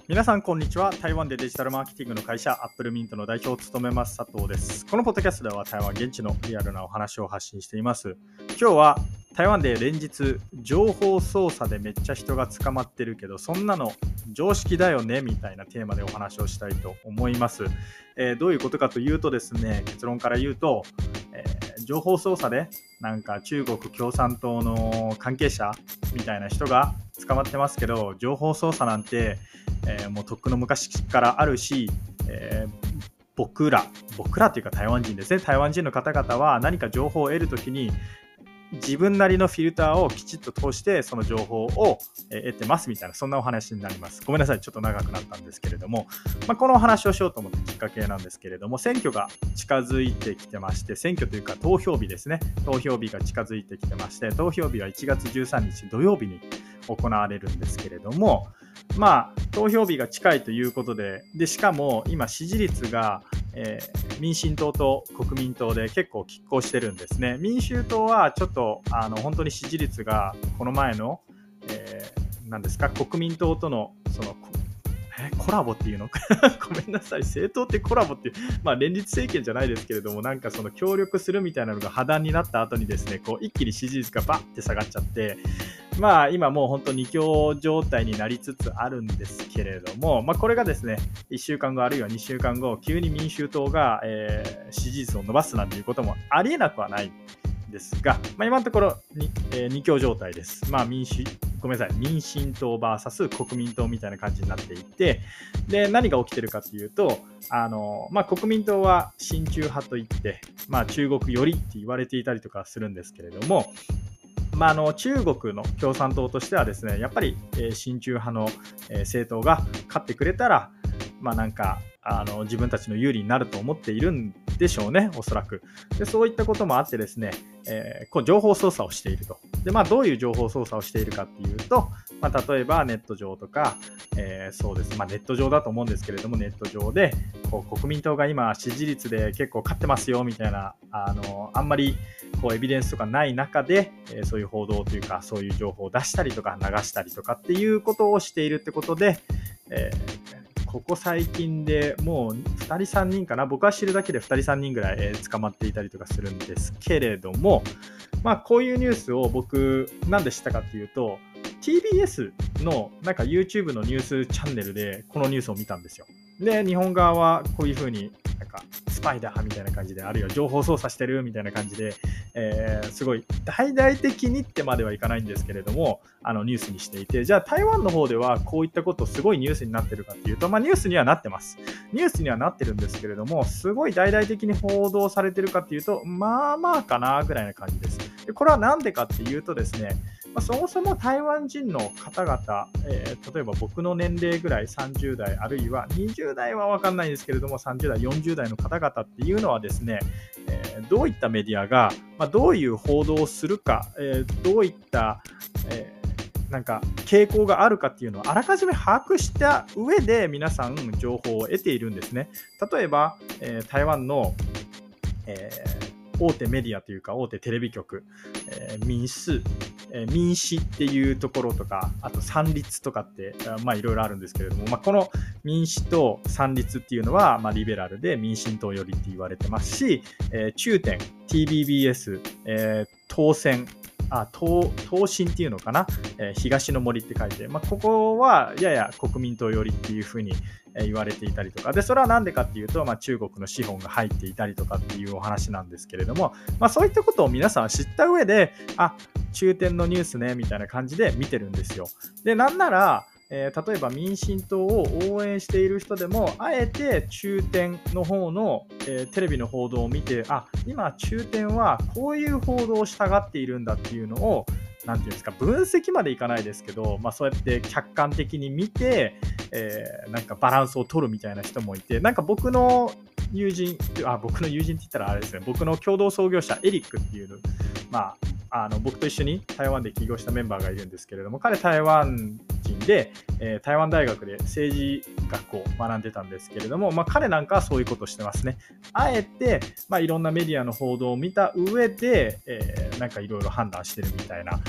皆さんこんにちは。台湾でデジタルマーケティングの会社アップルミントの代表を務めます佐藤です。このポッドキャストでは台湾現地のリアルなお話を発信しています。今日は台湾で連日情報操作でめっちゃ人が捕まってるけど、そんなの常識だよねみたいなテーマでお話をしたいと思います。どういうことかというとですね、結論から言うと、情報操作でなんか中国共産党の関係者みたいな人が捕まってますけど、情報操作なんてもうとっくの昔からあるし、僕らというか台湾人ですね。台湾人の方々は何か情報を得るときに自分なりのフィルターをきちっと通してその情報を得てますみたいな、そんなお話になります。ごめんなさい、ちょっと長くなったんですけれども、このお話をしようと思ったきっかけなんですけれども、選挙が近づいてきてまして、選挙というか投票日ですね。投票日が近づいてきてまして、投票日は1月13日土曜日に行われるんですけれども、投票日が近いということで、しかも今支持率が民進党と国民党で結構拮抗してるんですね。民衆党はちょっと本当に支持率がこの前の、何ですか、国民党とのそのコラボっていうのごめんなさい、政党ってコラボっていう、連立政権じゃないですけれども、なんかその協力するみたいなのが破談になった後にですね、こう一気に支持率がバッて下がっちゃって、今もう本当に二強状態になりつつあるんですけれども、これがですね、1週間後あるいは2週間後、急に民衆党が、支持率を伸ばすなんていうこともありえなくはないですが、今のところ二強状態です。民進党 VS 国民党みたいな感じになっていて、で何が起きてるかというと、国民党は親中派といって、中国寄りって言われていたりとかするんですけれども、中国の共産党としてはですね、やっぱり親中派の政党が勝ってくれたら、自分たちの有利になると思っているんでしょうね、おそらく。でそういったこともあってですね、情報操作をしていると。でどういう情報操作をしているかっていうと、例えばネット上とか、そうです、ネット上だと思うんですけれども、ネット上で国民党が今支持率で結構勝ってますよみたいな、あんまりエビデンスとかない中で、そういう報道というかそういう情報を出したりとか流したりとかっていうことをしているってことで、ここ最近でもう2人3人かな、僕は知るだけで2人3人ぐらい捕まっていたりとかするんですけれども、こういうニュースを僕なんで知ったかっていうと、 TBS のYouTube のニュースチャンネルでこのニュースを見たんですよ。で日本側はこういう風にスパイダーみたいな感じで、あるいは情報操作してるみたいな感じで、すごい大々的にってまではいかないんですけれども、ニュースにしていて、じゃあ台湾の方ではこういったことすごいニュースになってるかっていうと、ニュースにはなってます。ニュースにはなってるんですけれども、すごい大々的に報道されてるかっていうと、かなぐらいな感じです。でこれはなんでかっていうとですね、そもそも台湾人の方々、例えば僕の年齢ぐらい30代あるいは20代は分かんないんですけれども、30代40代の方々っていうのはですね、どういったメディアが、どういう報道をするか、どういった、傾向があるかっていうのをあらかじめ把握した上で皆さん情報を得ているんですね。例えば、台湾の、大手メディアというか大手テレビ局、民視っていうところとか、あと三立とかっていろいろあるんですけれども、この民視と三立っていうのは、リベラルで民進党寄りって言われてますし、中天 TBBS、東進っていうのかな、東の森って書いて、ここはやや国民党寄りっていうふうに言われていたりとかで、それはなんでかっていうと、中国の資本が入っていたりとかっていうお話なんですけれども、そういったことを皆さんは知った上で、中天のニュースねみたいな感じで見てるんですよ。でなんなら例えば民進党を応援している人でもあえて中天の方の、テレビの報道を見て、今中天はこういう報道を従っているんだっていうのを、なんていうんですか、分析までいかないですけど、そうやって客観的に見て、バランスを取るみたいな人もいて、僕の友人って言ったらあれですね、僕の共同創業者エリックっていう、僕と一緒に台湾で起業したメンバーがいるんですけれども、彼台湾人で、台湾大学で政治学を学んでたんですけれども、彼なんかはそういうことをしてますね。あえて、いろんなメディアの報道を見た上で、いろいろ判断してるみたいな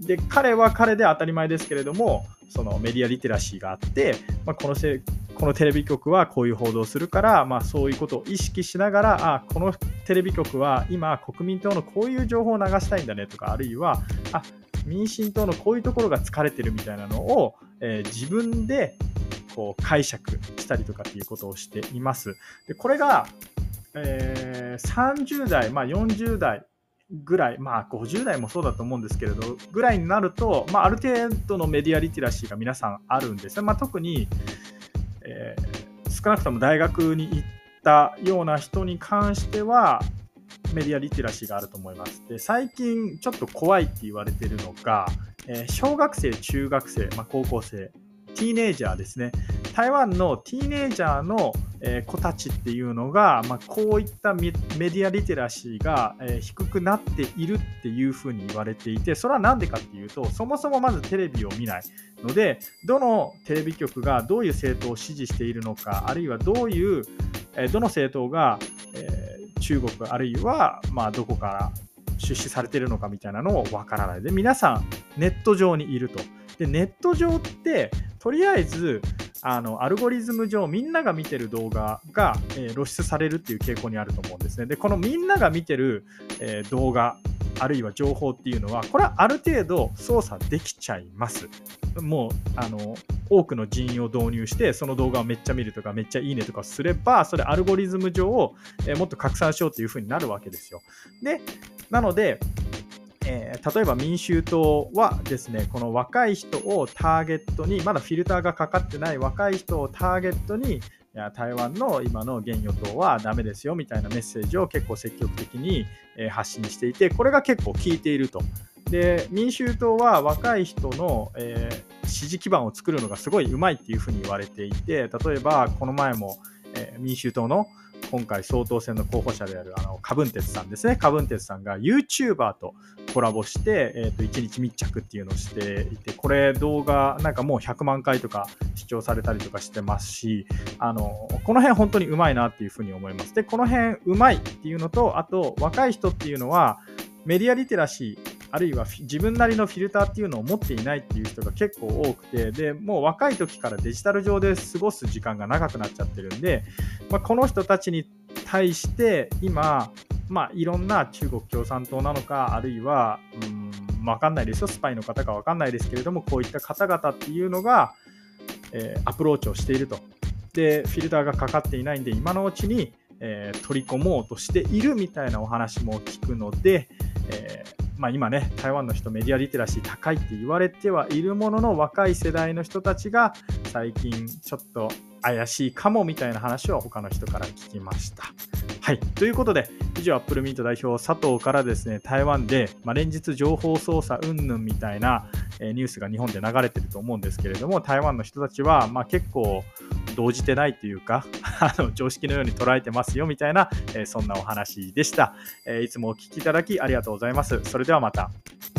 で彼は彼で当たり前ですけれども、そのメディアリテラシーがあって、このテレビ局はこういう報道をするから、そういうことを意識しながら、このテレビ局は今国民党のこういう情報を流したいんだねとか、あるいは民進党のこういうところが疲れてるみたいなのを、自分でこう解釈したりとかっていうことをしています。でこれが、30代、40代ぐらい、50代もそうだと思うんですけれどぐらいになると、ある程度のメディアリテラシーが皆さんあるんですね。特に、少なくとも大学に行ったような人に関してはメディアリテラシーがあると思います。で最近ちょっと怖いって言われているのが、小学生、中学生、高校生、ティーネイジャーですね。台湾のティーネイジャーの子たちっていうのが、こういったメディアリテラシーが低くなっているっていうふうに言われていて、それは何でかっていうと、そもそもまずテレビを見ないので、どのテレビ局がどういう政党を支持しているのか、あるいはどの政党が中国あるいはどこから出資されているのかみたいなのをわからないで、皆さんネット上にいると。でネット上ってとりあえずアルゴリズム上みんなが見てる動画が、露出されるっていう傾向にあると思うんですね。でこのみんなが見てる、動画あるいは情報っていうのは、これはある程度操作できちゃいます。もう多くの人員を導入してその動画をめっちゃ見るとかめっちゃいいねとかすれば、それアルゴリズム上を、もっと拡散しようというふうになるわけですよ。でなので例えば民衆党はですね、この若い人をターゲットに、まだフィルターがかかってない若い人をターゲットに、台湾の今の現与党はダメですよみたいなメッセージを結構積極的に発信していて、これが結構効いていると。で民衆党は若い人の支持基盤を作るのがすごいうまいっていうふうに言われていて、例えばこの前も民衆党の今回総統選の候補者であるカブンテツさんですね。カブンテツさんが YouTuber とコラボして、1日密着っていうのをしていて、これ動画なんかもう100万回とか視聴されたりとかしてますし、この辺本当にうまいなっていうふうに思います。でこの辺うまいっていうのと、あと若い人っていうのはメディアリテラシーあるいは自分なりのフィルターっていうのを持っていないっていう人が結構多くて、でもう若い時からデジタル上で過ごす時間が長くなっちゃってるんで、この人たちに対して今、いろんな中国共産党なのか、あるいは分かんないですよ、スパイの方か分かんないですけれども、こういった方々っていうのが、アプローチをしていると。でフィルターがかかっていないんで今のうちに、取り込もうとしているみたいなお話も聞くので、今ね、台湾の人メディアリテラシー高いって言われてはいるものの、若い世代の人たちが最近ちょっと怪しいかもみたいな話を他の人から聞きました。はい、ということで以上アップルミント代表佐藤からですね、台湾で、連日情報操作云々みたいなニュースが日本で流れてると思うんですけれども、台湾の人たちは結構動じてないというか常識のように捉えてますよみたいな、そんなお話でした。いつもお聞きいただきありがとうございます。それではまた。